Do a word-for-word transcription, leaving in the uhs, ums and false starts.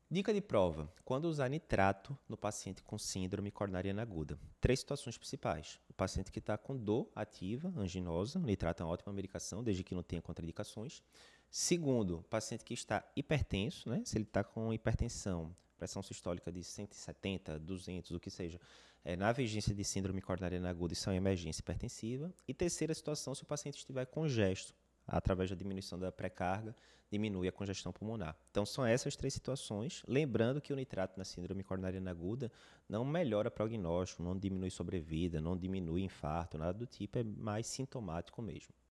Dica de prova: quando usar nitrato no paciente com síndrome coronariana aguda. Três situações principais. O paciente que está com dor ativa, anginosa, o nitrato é uma ótima medicação, desde que não tenha contraindicações. Segundo, o paciente que está hipertenso, né? Se ele está com hipertensão, pressão sistólica de cento e setenta, duzentos, o que seja, é, na vigência de síndrome coronariana aguda, isso é uma emergência hipertensiva. E terceira situação, se o paciente estiver congesto, através da diminuição da pré-carga, diminui a congestão pulmonar. Então, são essas três situações. Lembrando que o nitrato na síndrome coronariana aguda não melhora prognóstico, não diminui sobrevida, não diminui infarto, nada do tipo, é mais sintomático mesmo.